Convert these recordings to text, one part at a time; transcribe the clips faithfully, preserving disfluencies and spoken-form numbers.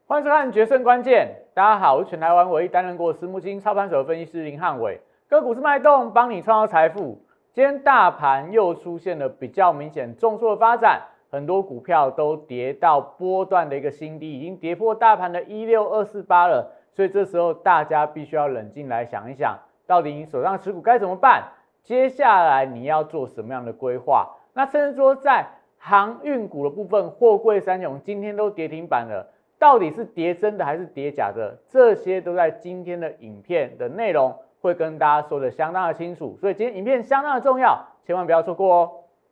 欢迎收看《决胜关键》，大家好，我是全台湾唯一担任过私募基金操盘手的分析师林汉伟，个股市脉动，帮你创造财富。今天大盘又出现了比较明显重挫的发展，很多股票都跌到波段的一个新低，已经跌破大盘的一六二四八了。所以这时候大家必须要冷静来想一想，到底你手上持股该怎么办？接下来你要做什么样的规划？那甚至说在航运股的部分，货柜三雄今天都跌停板了。到底是跌真的还是跌假的？这些都在今天的影片的内容会跟大家说的相当的清楚，所以今天影片相当的重要，千万不要错过哦。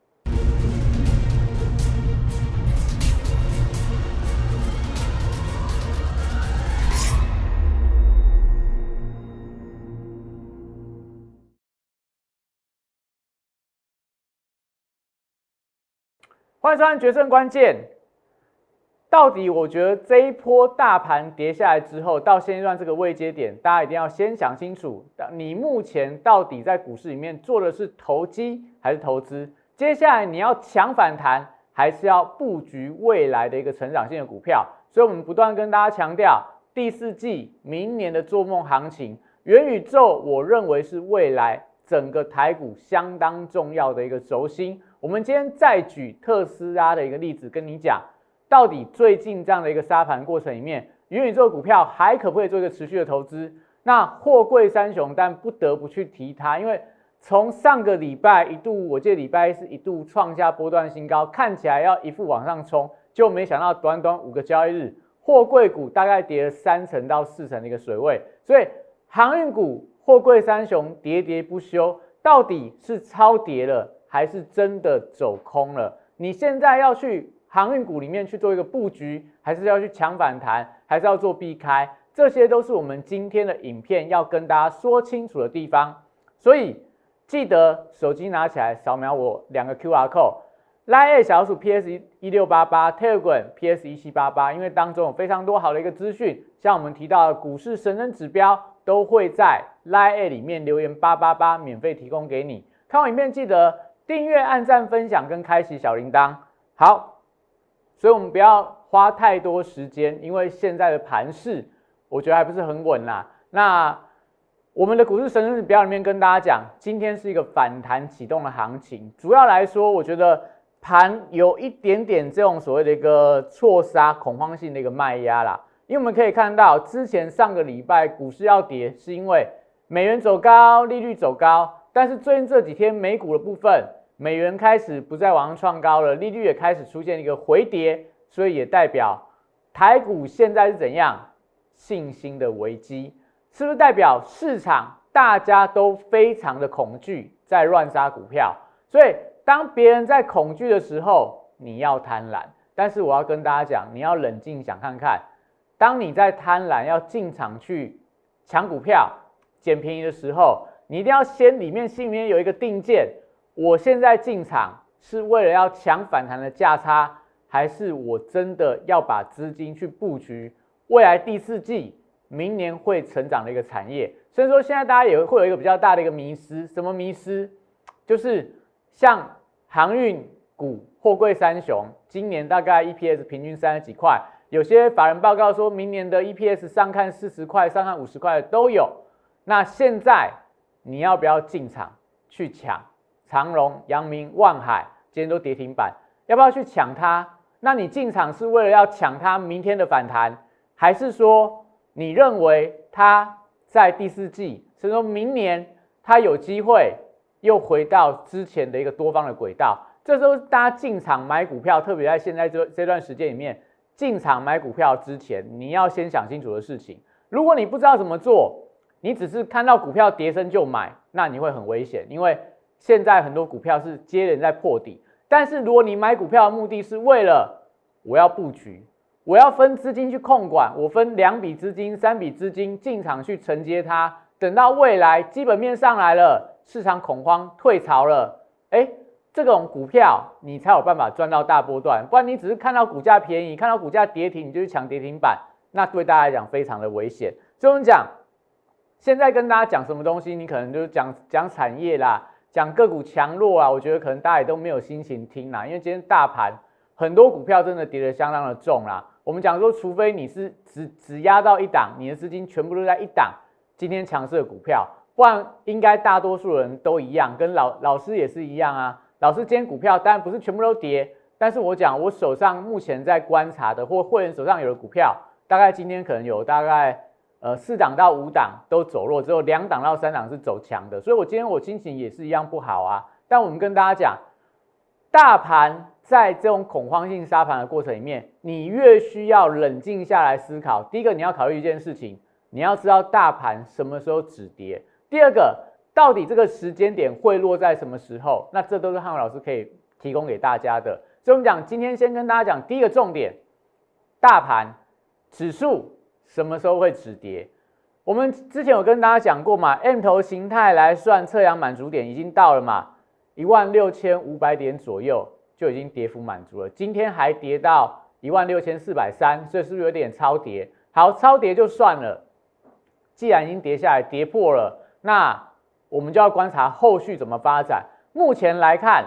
欢迎收看《决胜关键》。到底我觉得这一波大盘跌下来之后，到现阶段这个位阶点，大家一定要先想清楚，你目前到底在股市里面做的是投机还是投资？接下来你要抢反弹，还是要布局未来的一个成长性的股票？所以我们不断跟大家强调，第四季明年的做梦行情，元宇宙我认为是未来整个台股相当重要的一个轴心。我们今天再举特斯拉的一个例子跟你讲。到底最近这样的一个杀盘过程里面，元宇宙股票还可不可以做一个持续的投资？那货柜三雄，但不得不去提它，因为从上个礼拜一度，我记得礼拜一是一度创下波段新高，看起来要一副往上冲，就没想到短短五个交易日，货柜股大概跌了三成到四成的一个水位，所以航运股、货柜三雄喋喋不休，到底是超跌了，还是真的走空了？你现在要去航运股里面去做一个布局，还是要去抢反弹，还是要做避开？这些都是我们今天的影片要跟大家说清楚的地方。所以记得手机拿起来扫描我两个 Q R code，Line 小老鼠 P S 一六八八 ，Telegram P S 一七八八，因为当中有非常多好的一个资讯，像我们提到的股市神人指标，都会在 Line 里面留言八八八，免费提供给你。看完影片记得订阅、按赞、分享跟开启小铃铛。好。所以我们不要花太多时间，因为现在的盘势我觉得还不是很稳啦。那我们的股市神人指标里面跟大家讲，今天是一个反弹启动的行情。主要来说，我觉得盘有一点点这种所谓的一个错杀恐慌性的一个卖压啦。因为我们可以看到，之前上个礼拜股市要跌，是因为美元走高，利率走高，但是最近这几天美股的部分。美元开始不再往上创高了，利率也开始出现一个回跌，所以也代表台股现在是怎样信心的危机，是不是代表市场大家都非常的恐惧，在乱杀股票？所以当别人在恐惧的时候，你要贪婪。但是我要跟大家讲，你要冷静想看看，当你在贪婪要进场去抢股票、捡便宜的时候，你一定要先里面心里面有一个定见。我现在进场是为了要抢反弹的价差，还是我真的要把资金去布局未来第四季、明年会成长的一个产业？所以说，现在大家也会有一个比较大的一个迷思，什么迷思？就是像航运股、货柜三雄，今年大概 E P S 平均三十几块，有些法人报告说明年的 E P S 上看四十块、上看五十块都有。那现在你要不要进场去抢？长荣、阳明、万海今天都跌停板，要不要去抢它？那你进场是为了要抢它明天的反弹，还是说你认为它在第四季，甚至说明年它有机会又回到之前的一个多方的轨道？这时候大家进场买股票，特别在现在这这段时间里面，进场买股票之前，你要先想清楚的事情。如果你不知道怎么做，你只是看到股票跌升就买，那你会很危险，因为现在很多股票是接连在破底，但是如果你买股票的目的是为了我要布局，我要分资金去控管，我分两笔资金、三笔资金进场去承接它，等到未来基本面上来了，市场恐慌退潮了，哎，这种股票你才有办法赚到大波段，不然你只是看到股价便宜，看到股价跌停，你就去抢跌停板，那对大家来讲非常的危险。所以我们讲，现在跟大家讲什么东西，你可能就是讲讲产业啦。讲个股强弱啊，我觉得可能大家也都没有心情听啦，因为今天大盘很多股票真的跌得相当的重啦， 我们讲说，除非你是只只压到一档，你的资金全部都在一档今天强势的股票，不然应该大多数人都一样，跟老老师也是一样啊。老师今天股票当然不是全部都跌，但是我讲我手上目前在观察的，或会员手上有的股票，大概今天可能有大概呃四档到五档都走弱，只有两档到三档是走强的，所以我今天我心情也是一样不好啊。但我们跟大家讲，大盘在这种恐慌性杀盘的过程里面，你越需要冷静下来思考。第一个，你要考虑一件事情，你要知道大盘什么时候止跌；第二个，到底这个时间点会落在什么时候？那这都是汉文老师可以提供给大家的。所以我们讲，今天先跟大家讲第一个重点，大盘指数什么时候会止跌？我们之前有跟大家讲过嘛 ，M 头形态来算测量满足点已经到了嘛，一万六千五百点左右就已经跌幅满足了。今天还跌到一万六千四百三，所以是不是有点超跌？好，超跌就算了，既然已经跌下来，跌破了，那我们就要观察后续怎么发展。目前来看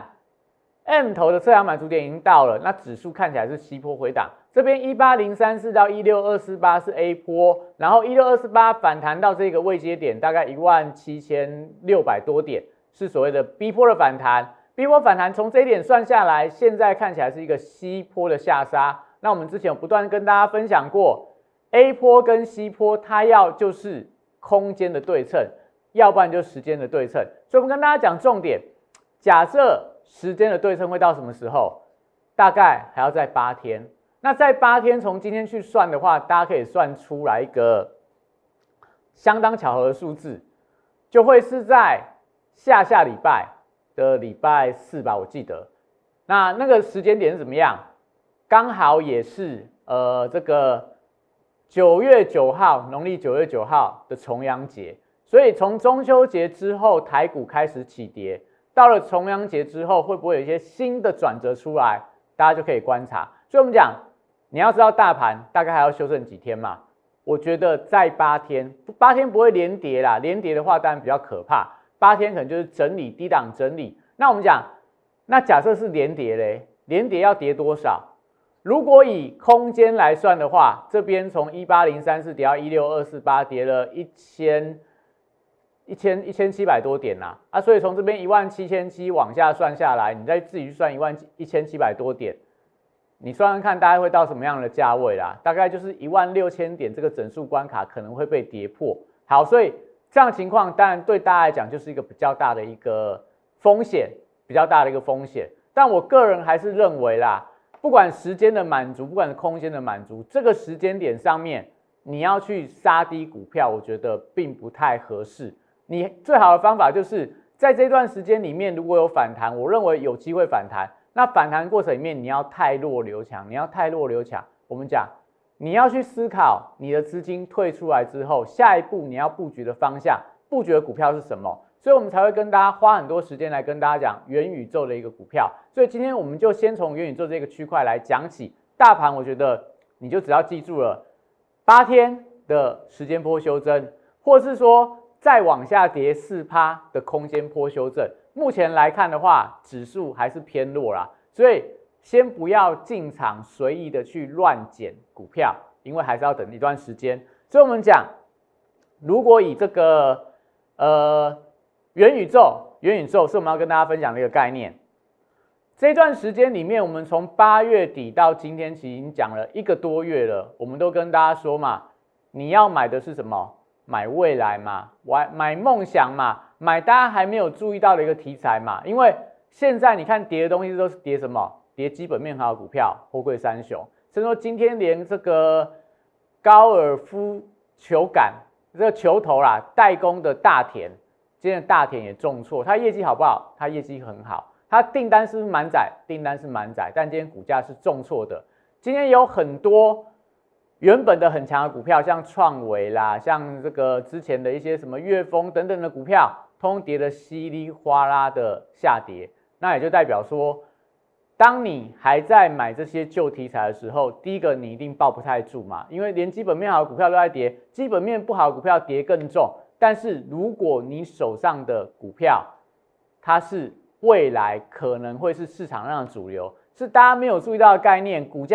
，M 头的测量满足点已经到了，那指数看起来是西坡回档。这边一八零三四到一六二四八是 A 波，然后一六二四八反弹到这个位阶点，大概一万七千六百多点，是所谓的 B 波的反弹。B 波反弹从这一点算下来，现在看起来是一个西坡的下杀。那我们之前有不断跟大家分享过 ，A 波跟西坡它要就是空间的对称，要不然就时间的对称。所以我们跟大家讲重点，假设时间的对称会到什么时候？大概还要在八天。那在八天从今天去算的话，大家可以算出来一个相当巧合的数字，就会是在下下礼拜的礼拜四吧，我记得。那那个时间点是怎么样？刚好也是呃这个九月九号，农历九月九号的重阳节，所以从中秋节之后，台股开始起跌，到了重阳节之后，会不会有一些新的转折出来？大家就可以观察。所以我们讲，你要知道大盘大概还要修正几天嘛？我觉得在八天，八天不会连跌啦，连跌的话当然比较可怕。八天可能就是整理低档整理。那我们讲，那假设是连跌嘞，连跌要跌多少？如果以空间来算的话，这边从一八零三四跌到一六二四八，跌了一千一千一千七百多点啦、啊，啊，所以从这边一万七千七往下算下来，你再自己去算一万一千七百多点。你算算看，大概会到什么样的价位啦？大概就是一万六千点这个整数关卡可能会被跌破。好，所以这样的情况当然对大家来讲就是一个比较大的一个风险，比较大的一个风险。但我个人还是认为啦，不管时间的满足，不管空间的满足，这个时间点上面你要去杀低股票，我觉得并不太合适。你最好的方法就是在这段时间里面，如果有反弹，我认为有机会反弹。那反弹过程里面，你要汰弱留强，你要汰弱留强。我们讲，你要去思考你的资金退出来之后，下一步你要布局的方向，布局的股票是什么？所以我们才会跟大家花很多时间来跟大家讲元宇宙的一个股票。所以今天我们就先从元宇宙这个区块来讲起。大盘，我觉得你就只要记住了八天的时间波修正，或是说再往下跌 百分之四 的空间波修正。目前来看的话，指数还是偏弱啦，所以先不要进场随意的去乱捡股票，因为还是要等一段时间。所以我们讲，如果以这个呃元宇宙，元宇宙是我们要跟大家分享的一个概念。这段时间里面，我们从八月底到今天，其实已经讲了一个多月了，我们都跟大家说嘛，你要买的是什么？买未来嘛，买买梦想嘛。买大家还没有注意到的一个题材嘛，因为现在你看跌的东西都是跌什么？跌基本面好的股票，货柜三雄，甚至说今天连这个高尔夫球杆这个球头啦，代工的大田，今天的大田也重挫，它业绩好不好？它业绩很好，它订单是不是满载？订单是满载，但今天股价是重挫的。今天有很多原本的很强的股票，像创维啦，像这个之前的一些什么粤丰等等的股票。通跌的稀里哗啦的下跌，那也就代表说，当你还在买这些旧题材的时候，第一个你一定抱不太住嘛，因为连基本面好的股票都在跌，基本面不好的股票跌更重。但是如果你手上的股票，它是未来可能会是市场上的主流，是大家没有注意到的概念，股价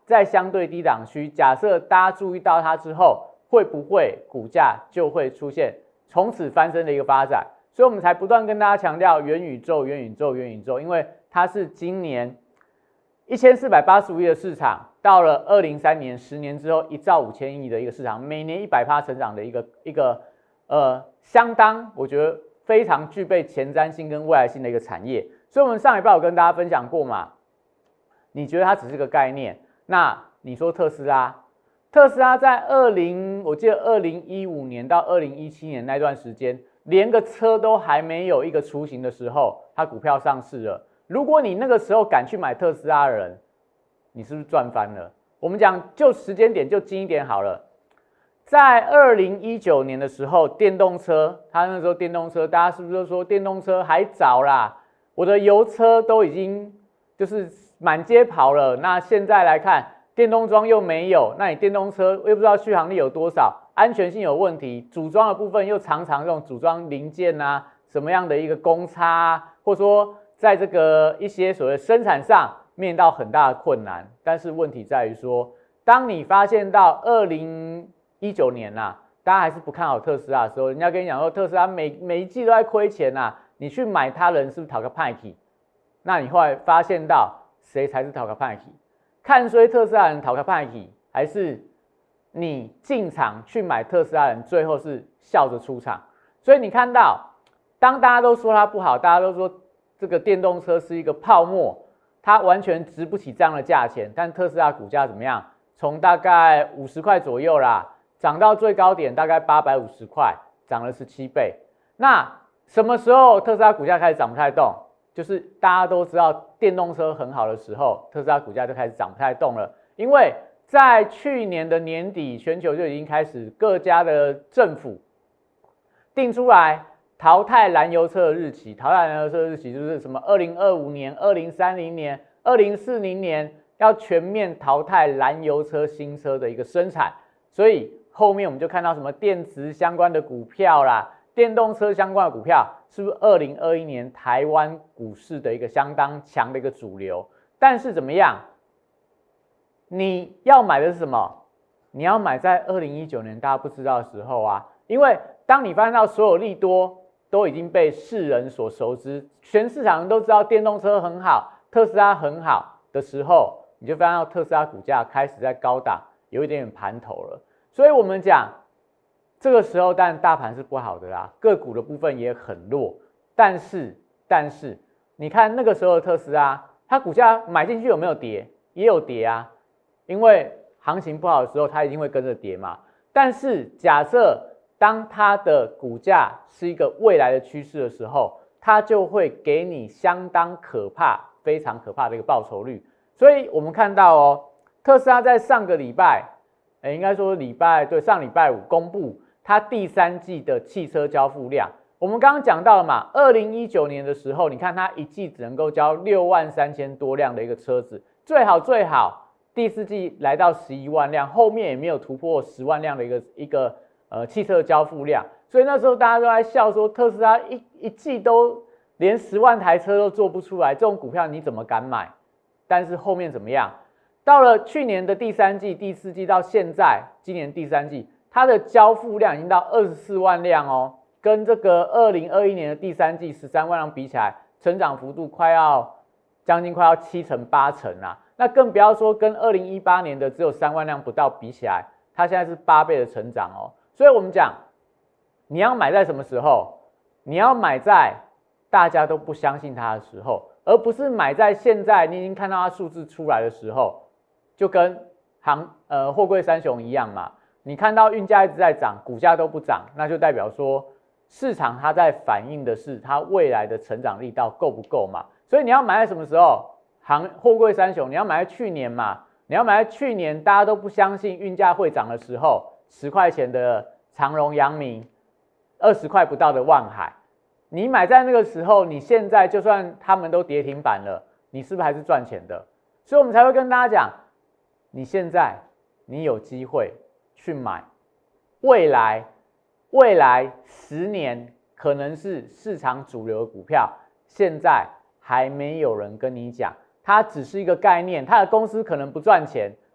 在相对低档区，假设大家注意到它之后，会不会股价就会出现从此翻身的一个发展？所以我们才不断跟大家强调元宇宙、元宇宙、元宇宙，因为它是今年一千四百八十五亿的市场，到了二零三年，十年之后一兆五千亿的一个市场，每年一百趴成长的一个一个呃，相当我觉得非常具备前瞻性跟未来性的一个产业。所以我们上礼拜有跟大家分享过嘛，你觉得它只是个概念？那你说特斯拉，特斯拉在二零，我记得二零一五年到二零一七年那段时间，连个车都还没有一个雏形的时候，它股票上市了。如果你那个时候敢去买特斯拉的人，你是不是赚翻了？我们讲就时间点就近一点好了。在二零一九年的时候，电动车，它那时候电动车，大家是不是都说电动车还早啦？我的油车都已经就是满街跑了，那现在来看，电动桩又没有，那你电动车又不知道续航力有多少，安全性有问题，组装的部分又常常这种组装零件啊，什么样的一个公差啊，或者说在这个一些所谓生产上面临到很大的困难。但是问题在于说，当你发现到二零一九年呐、啊，大家还是不看好特斯拉的时候，人家跟你讲说特斯拉每每一季都在亏钱呐、啊，你去买它人是不是讨个派气？那你后来发现到谁才是讨个派气？看衰特斯拉人讨个派气，还是你进场去买特斯拉人最后是笑着出场？所以你看到，当大家都说它不好，大家都说这个电动车是一个泡沫，它完全值不起这样的价钱，但特斯拉股价怎么样？从大概五十块左右啦，涨到最高点大概八百五十块，涨了十七倍。那什么时候特斯拉股价开始涨不太动？就是大家都知道电动车很好的时候，特斯拉股价就开始涨不太动了。因为在去年的年底，全球就已经开始各家的政府定出来淘汰燃油车的日期，淘汰燃油车的日期就是什么二零二五年、二零三零年、二零四零年要全面淘汰燃油车新车的一个生产。所以后面我们就看到什么电池相关的股票啦，电动车相关的股票，是不是二零二一年台湾股市的一个相当强的一个主流？但是怎么样？你要买的是什么？你要买在二零一九年大家不知道的时候啊，因为当你发现到所有利多都已经被世人所熟知，全市场人都知道电动车很好，特斯拉很好的时候，你就发现到特斯拉股价开始在高档有一点点盘头了。所以我们讲这个时候，当然大盘是不好的啦，个股的部分也很弱。但是，但是你看那个时候的特斯拉，它股价买进去有没有跌？也有跌啊，因为行情不好的时候，它一定会跟着跌嘛。但是假设当它的股价是一个未来的趋势的时候，它就会给你相当可怕、非常可怕的一个报酬率。所以我们看到哦，特斯拉在上个礼拜，哎，应该说礼拜对上礼拜五公布它第三季的汽车交付量。我们刚刚讲到了嘛，二零一九年的时候，你看它一季只能够交六万三千多辆的一个车子，最好最好第四季来到十一万辆，后面也没有突破十万辆的一个一个呃汽车交付量，所以那时候大家都在笑说特斯拉一一季都连十万台车都做不出来，这种股票你怎么敢买？但是后面怎么样？到了去年的第三季、第四季到现在，今年第三季，它的交付量已经到二十四万辆哦。跟这个二零二一年的第三季十三万辆比起来，成长幅度快要将近快要七成八成啊！那更不要说跟二零一八年的只有三万辆不到比起来，它现在是八倍的成长哦。所以我们讲，你要买在什么时候？你要买在大家都不相信它的时候，而不是买在现在你已经看到它数字出来的时候，就跟航呃货柜三雄一样嘛。你看到运价一直在涨，股价都不涨，那就代表说，市场它在反映的是它未来的成长力道够不够嘛？所以你要买在什么时候？航货柜三雄，你要买在去年嘛？你要买在去年大家都不相信运价会涨的时候，十块钱的长荣、阳明，二十块不到的万海，你买在那个时候，你现在就算他们都跌停板了，你是不是还是赚钱的？所以我们才会跟大家讲，你现在你有机会去买未来。未来十年可能是市场主流的股票，现在还没有人跟你讲，它只是一个概念，它的公司可能不赚钱，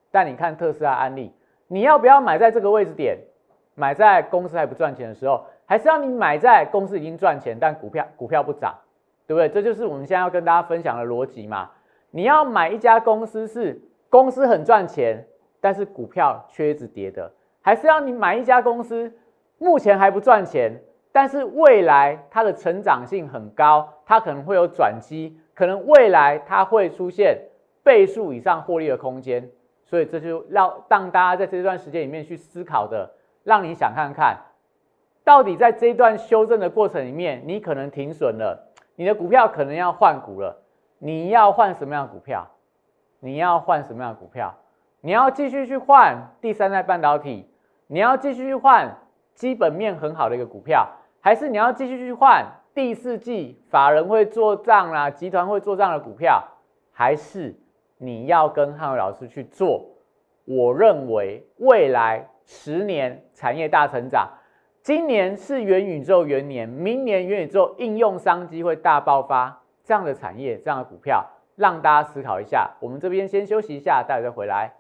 但你看特斯拉案例，你要不要买在这个位置点？买在公司还不赚钱的时候，还是要你买在公司已经赚钱，但股票股票不涨，对不对？这就是我们现在要跟大家分享的逻辑嘛。你要买一家公司是公司很赚钱，但是股票却一直跌的，还是要你买一家公司目前还不赚钱，但是未来它的成长性很高，它可能会有转机，可能未来它会出现倍数以上获利的空间。所以这就让让大家在这段时间里面去思考的，让你想看看，到底在这一段修正的过程里面，你可能停损了，你的股票可能要换股了，你要换什么样的股票？你要换什么样的股票？你要继续去换第三代半导体，你要继续去换基本面很好的一个股票，还是你要继续去换第四季法人会做账啦、集团会做账的股票，还是你要跟汉伟老师去做？我认为未来十年产业大成长，今年是元宇宙元年，明年元宇宙应用商机会大爆发，这样的产业、这样的股票，让大家思考一下。我们这边先休息一下，待会再回来。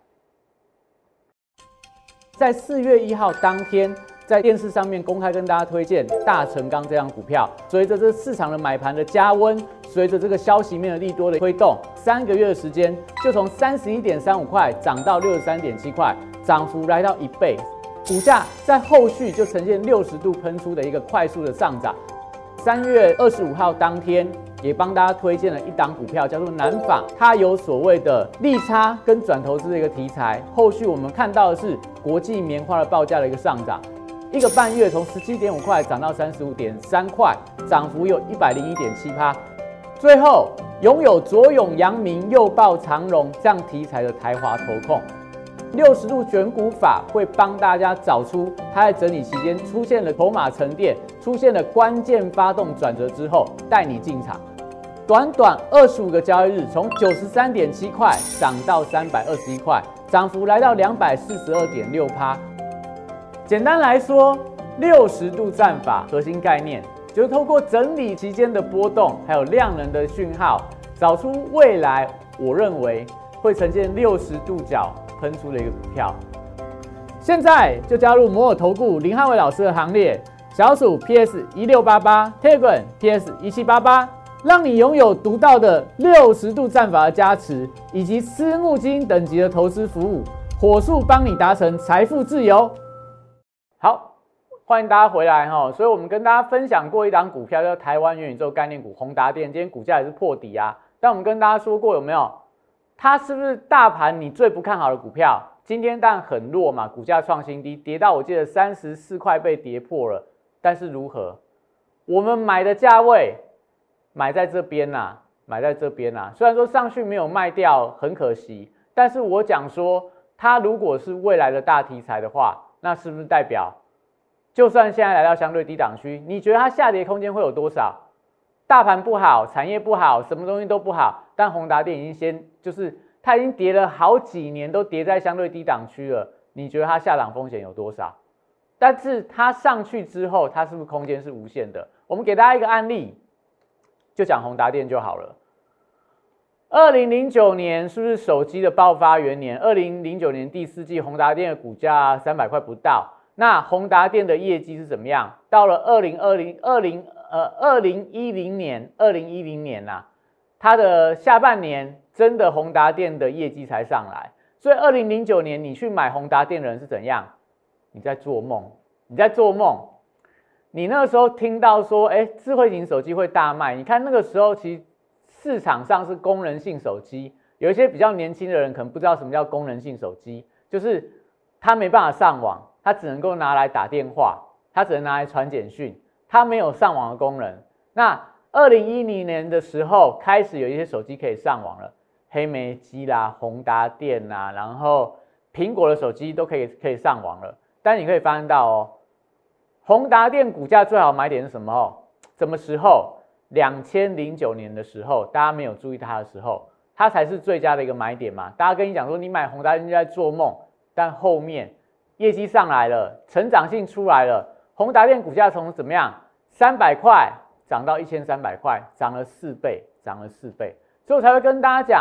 在四月一号当天，在电视上面公开跟大家推荐大成钢这张股票，随着这市场的买盘的加温，随着这个消息面的利多的推动，三个月的时间就从三十一点三五块涨到六十三点七块，涨幅来到一倍，股价在后续就呈现六十度喷出的一个快速的上涨。三月二十五号当天，也帮大家推荐了一档股票，叫做南纺，它有所谓的利差跟转投资的一个题材。后续我们看到的是国际棉花的报价的一个上涨，一个半月从十七点五块涨到三十五点三块，涨幅有一百零一点七趴。最后拥有左拥阳明、右抱长荣这样题材的台华投控，六十度选股法会帮大家找出它在整理期间出现了筹码沉淀，出现了关键发动转折之后，带你进场。短短二十五个交易日，从九十三点七块涨到三百二十一块，涨幅来到两百四十二点六趴。简单来说，六十度战法核心概念就是透过整理期间的波动，还有量能的讯号，找出未来我认为会呈现六十度角喷出的一个股票。现在就加入摩尔投顾林汉伟老师的行列，小鼠 P S 一六八八 Telegram P S 一七八八，让你拥有独到的六十度战法的加持，以及私募基金等级的投资服务，火速帮你达成财富自由。好，欢迎大家回来哈。所以我们跟大家分享过一档股票，叫台湾元宇宙概念股宏达电，今天股价也是破底啊。但我们跟大家说过有没有？它是不是大盘你最不看好的股票？今天当然很弱嘛，股价创新低，跌到我记得三十四块被跌破了。但是如何？我们买的价位买在这边呐，买在这边呐。虽然说上去没有卖掉，很可惜，但是我讲说，它如果是未来的大题材的话，那是不是代表，就算现在来到相对低档区，你觉得它下跌空间会有多少？大盘不好，产业不好，什么东西都不好，但宏达电已经先就是它已经跌了好几年，都跌在相对低档区了。你觉得它下档风险有多少？但是它上去之后，它是不是空间是无限的？我们给大家一个案例，就讲宏达电就好了。二零零九年是不是手机的爆发元年？二零零九年第四季，宏达电的股价三百块不到。那宏达电的业绩是怎么样？到了二零二零二零呃二零一零年，二零一零年呐、啊，它的下半年真的宏达电的业绩才上来。所以二零零九年你去买宏达电的人是怎样？你在做梦，你在做梦。你那个时候听到说，哎，智慧型手机会大卖，你看那个时候其实市场上是功能性手机，有一些比较年轻的人可能不知道什么叫功能性手机，就是它没办法上网，它只能够拿来打电话，它只能拿来传简讯，它没有上网的功能。那二零一零年的时候，开始有一些手机可以上网了，黑莓机啦、宏达电啦，然后苹果的手机都可以可以上网了。但你可以发现到哦，宏达电股价最好买点是什么？哦，什么时候？二零零九年的时候，大家没有注意它的时候，它才是最佳的一个买点嘛。大家跟你讲说，你买宏达电就在做梦，但后面业绩上来了，成长性出来了，宏达电股价从怎么样三百块涨到一千三百块，涨了四倍，涨了四倍。所以我才会跟大家讲，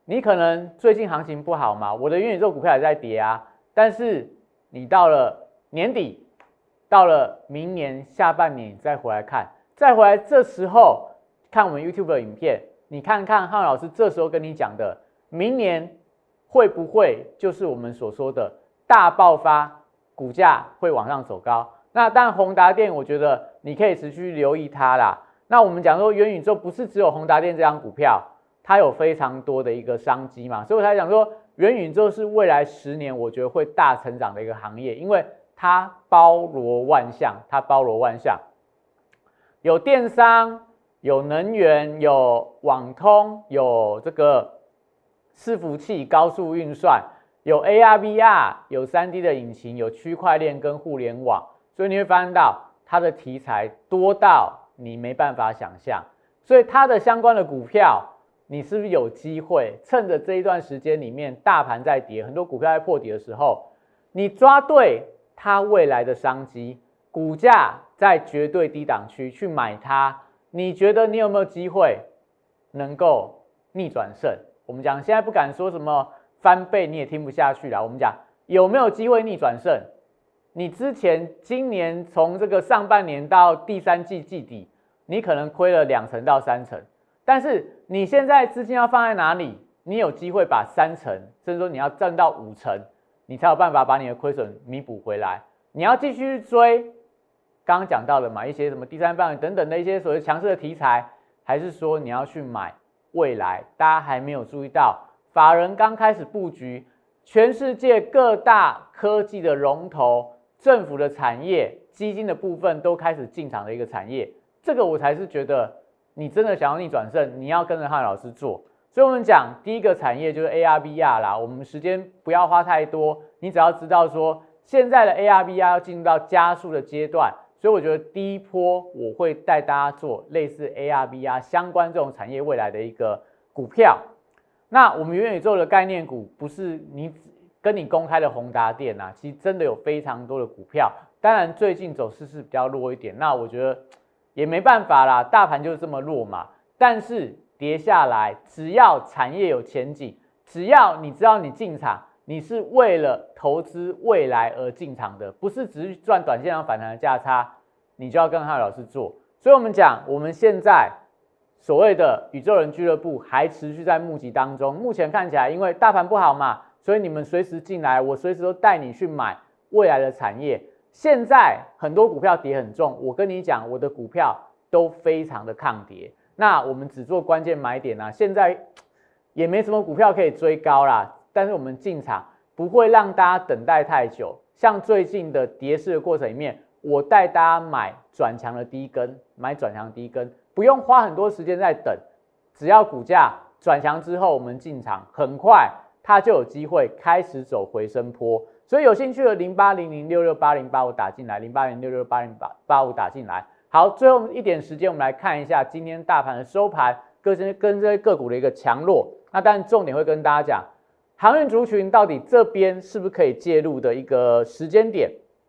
你可能最近行情不好嘛，我的元宇宙股票也在跌啊，但是你到了年底，到了明年下半年，你再回来看，再回来这时候看我们 YouTube 的影片，你看看汉老师这时候跟你讲的，明年会不会就是我们所说的大爆发，股价会往上走高？那当然宏达电，我觉得你可以持续留意它啦。那我们讲说元宇宙不是只有宏达电这张股票，它有非常多的一个商机嘛，所以我才讲说元宇宙是未来十年我觉得会大成长的一个行业，因为它包罗万象，它包罗万象，有电商，有能源，有网通，有这个伺服器、高速运算，有 A R、V R， 有 三 D 的引擎，有区块链跟互联网，所以你会发现到它的题材多到你没办法想象，所以它的相关的股票，你是不是有机会趁着这一段时间里面大盘在跌，很多股票在破底的时候，你抓对它未来的商机，股价在绝对低档区去买它，你觉得你有没有机会能够逆转胜？我们讲现在不敢说什么翻倍，你也听不下去了。我们讲有没有机会逆转胜？你之前今年从这个上半年到第三季季底，你可能亏了两成到三成，但是你现在资金要放在哪里？你有机会把三成，甚至说你要挣到五成，你才有办法把你的亏损弥补回来。你要继续追，刚刚讲到的嘛，一些什么第三棒等等的一些所谓强势的题材，还是说你要去买未来大家还没有注意到，法人刚开始布局，全世界各大科技的龙头。政府的产业、基金的部分都开始进场的一个产业，这个我才是觉得你真的想要逆转胜，你要跟着汉老师做。所以我们讲第一个产业就是 A R、V R 啦，我们时间不要花太多，你只要知道说现在的 A R、V R 要进入到加速的阶段，所以我觉得第一波我会带大家做类似 A R、V R 相关这种产业未来的一个股票。那我们元宇宙的概念股不是你。跟你公开的宏达电啊，其实真的有非常多的股票，当然最近走势是比较弱一点，那我觉得也没办法啦，大盘就是这么弱嘛。但是跌下来，只要产业有前景，只要你知道你进场，你是为了投资未来而进场的，不是只是赚短线上反弹的价差，你就要跟汉老师做。所以我们讲，我们现在所谓的宇宙人俱乐部还持续在募集当中，目前看起来因为大盘不好嘛。所以你们随时进来，我随时都带你去买未来的产业。现在很多股票跌很重，我跟你讲，我的股票都非常的抗跌。那我们只做关键买点啊，现在也没什么股票可以追高啦。但是我们进场不会让大家等待太久。像最近的跌势的过程里面，我带大家买转强的第一根，买转强的第一根，不用花很多时间在等，只要股价转强之后，我们进场，很快。它就有机会开始走回升坡，所以有兴趣的零八零零六六八零八五打进来，零八零六六八零八五打进来。好，最后一点时间，我们来看一下今天大盘的收盘跟跟这些个股的一个强弱。那当然重点会跟大家讲，航运族群到底这边是不是可以介入的一个时间点。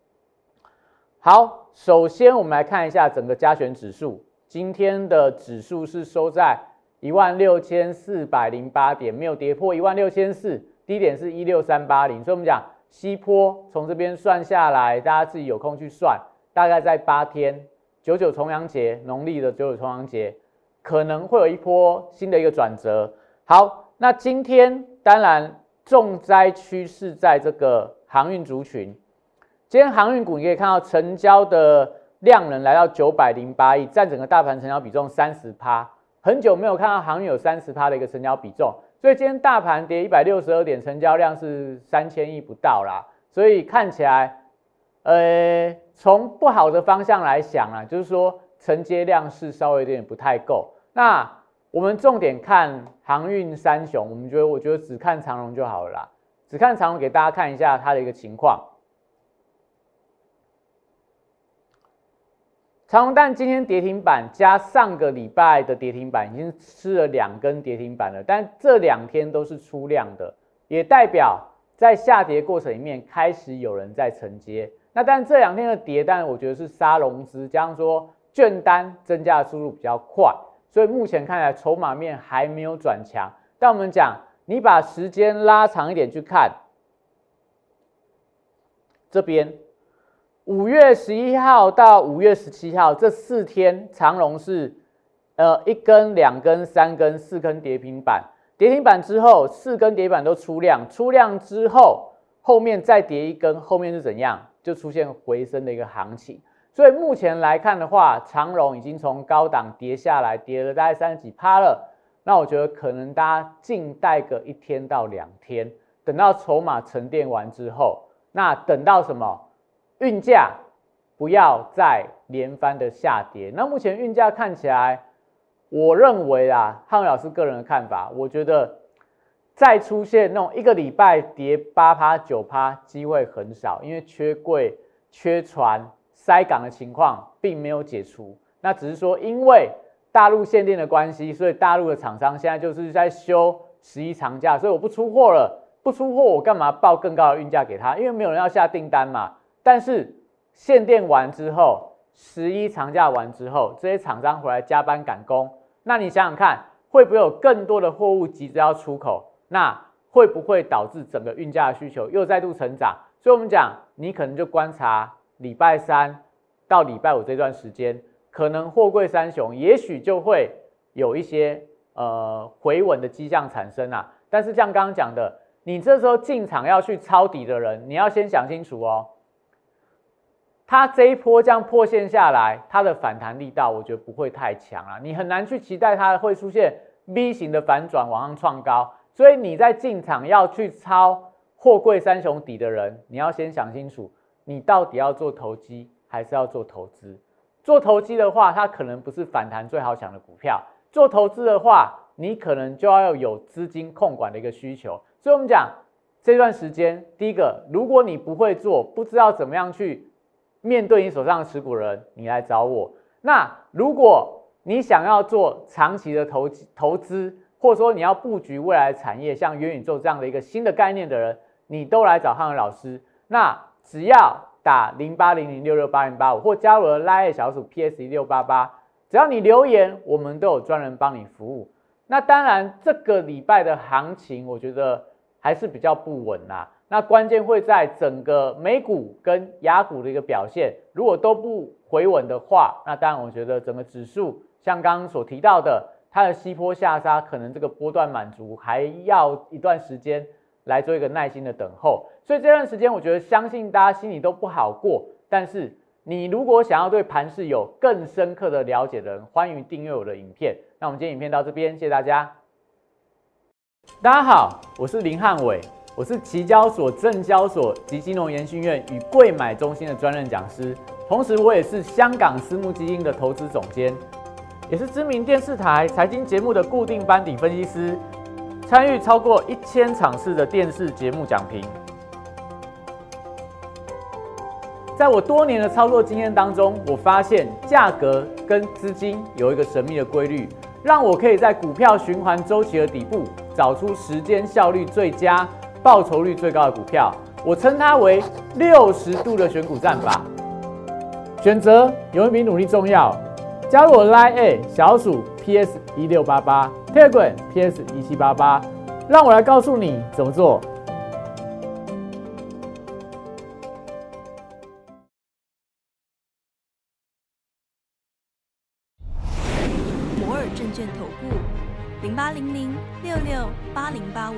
好，首先我们来看一下整个加权指数，今天的指数是收在一万六千四百零八点，没有跌破一万六千四，低点是一六三八零，所以我们讲西坡从这边算下来，大家自己有空去算，大概在八天，九九重阳节，农历的九九重阳节，可能会有一波新的一个转折。好，那今天当然重灾区是在这个航运族群，今天航运股你可以看到成交的量能来到九百零八亿，占整个大盘成交比重 百分之三十。很久没有看到航运有 百分之三十 的一个成交比重，所以今天大盘跌一百六十二点，成交量是三千亿不到啦，所以看起来，呃，从不好的方向来想啊，就是说承接量是稍微有点不太够。那我们重点看航运三雄，我们觉得我觉得只看长荣就好了啦，只看长荣给大家看一下它的一个情况。长荣蛋今天跌停板，加上个礼拜的跌停板，已经吃了两根跌停板了。但这两天都是出量的，也代表在下跌过程里面开始有人在承接。那但这两天的跌，但我觉得是杀融资，加上说券单增加的速度比较快，所以目前看来筹码面还没有转强。但我们讲你把时间拉长一点去看，这边五月十一号到五月十七号这四天，长荣是呃一根、两根、三根、四根跌停板，跌停板之后四根跌停板都出量，出量之后后面再跌一根，后面是怎样？就出现回升的一个行情。所以目前来看的话，长荣已经从高档跌下来，跌了大概三十几趴了。那我觉得可能大家静待个一天到两天，等到筹码沉淀完之后，那等到什么运价不要再连番的下跌。那目前运价看起来，我认为啊，汉伟老师个人的看法，我觉得再出现那种一个礼拜跌八趴九趴机会很少，因为缺柜、缺船、塞港的情况并没有解除。那只是说因为大陆限电的关系，所以大陆的厂商现在就是在休十一长假，所以我不出货了，不出货我干嘛报更高的运价给他？因为没有人要下订单嘛。但是限电完之后，十一长假完之后，这些厂商回来加班赶工，那你想想看，会不会有更多的货物急着要出口？那会不会导致整个运价的需求又再度成长？所以我们讲，你可能就观察礼拜三到礼拜五这段时间。可能货柜三雄也许就会有一些呃回稳的迹象产生啊，但是像刚刚讲的，你这时候进场要去抄底的人，你要先想清楚哦。它这一波这样破线下来，它的反弹力道我觉得不会太强啊，你很难去期待它会出现 V 型的反转往上创高，所以你在进场要去抄货柜三雄底的人，你要先想清楚，你到底要做投机还是要做投资？做投机的话，它可能不是反弹最好抢的股票；做投资的话，你可能就要有资金控管的一个需求。所以，我们讲这段时间，第一个，如果你不会做，不知道怎么样去面对你手上的持股人，你来找我。那如果你想要做长期的投投资，或者说你要布局未来产业，像元宇宙这样的一个新的概念的人，你都来找汉文老师。那只要打零八零零六六八零八五或加入了 Line 小鼠 P S 一六八八，只要你留言，我们都有专人帮你服务。那当然，这个礼拜的行情，我觉得还是比较不稳啦。那关键会在整个美股跟亚股的一个表现，如果都不回稳的话，那当然我觉得整个指数像刚刚所提到的，它的西坡下杀，可能这个波段满足还要一段时间来做一个耐心的等候。所以这段时间，我觉得相信大家心里都不好过。但是你如果想要对盘势有更深刻的了解的人，欢迎订阅我的影片。那我们今天影片到这边，谢谢大家。大家好，我是林汉伟，我是期交所、证交所及金融研训院与柜买中心的专任讲师，同时我也是香港私募基金的投资总监，也是知名电视台财经节目的固定班底分析师，参与超过一千场次的电视节目讲评。在我多年的操作经验当中，我发现价格跟资金有一个神秘的规律，让我可以在股票循环周期的底部找出时间效率最佳、报酬率最高的股票。我称它为六十度的选股战法。选择永远比努力重要。加入我 Line A 小鼠 P S 一六八八 Telegram P S 一七八八，让我来告诉你怎么做。 证券投顾零八零零六六八零八五。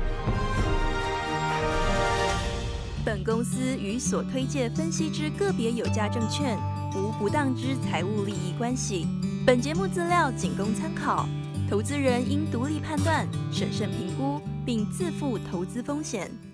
本公司与所推介分析之个别有价证券无不当之财务利益关系。本节目资料仅供参考，投资人应独立判断、审慎评估，并自负投资风险。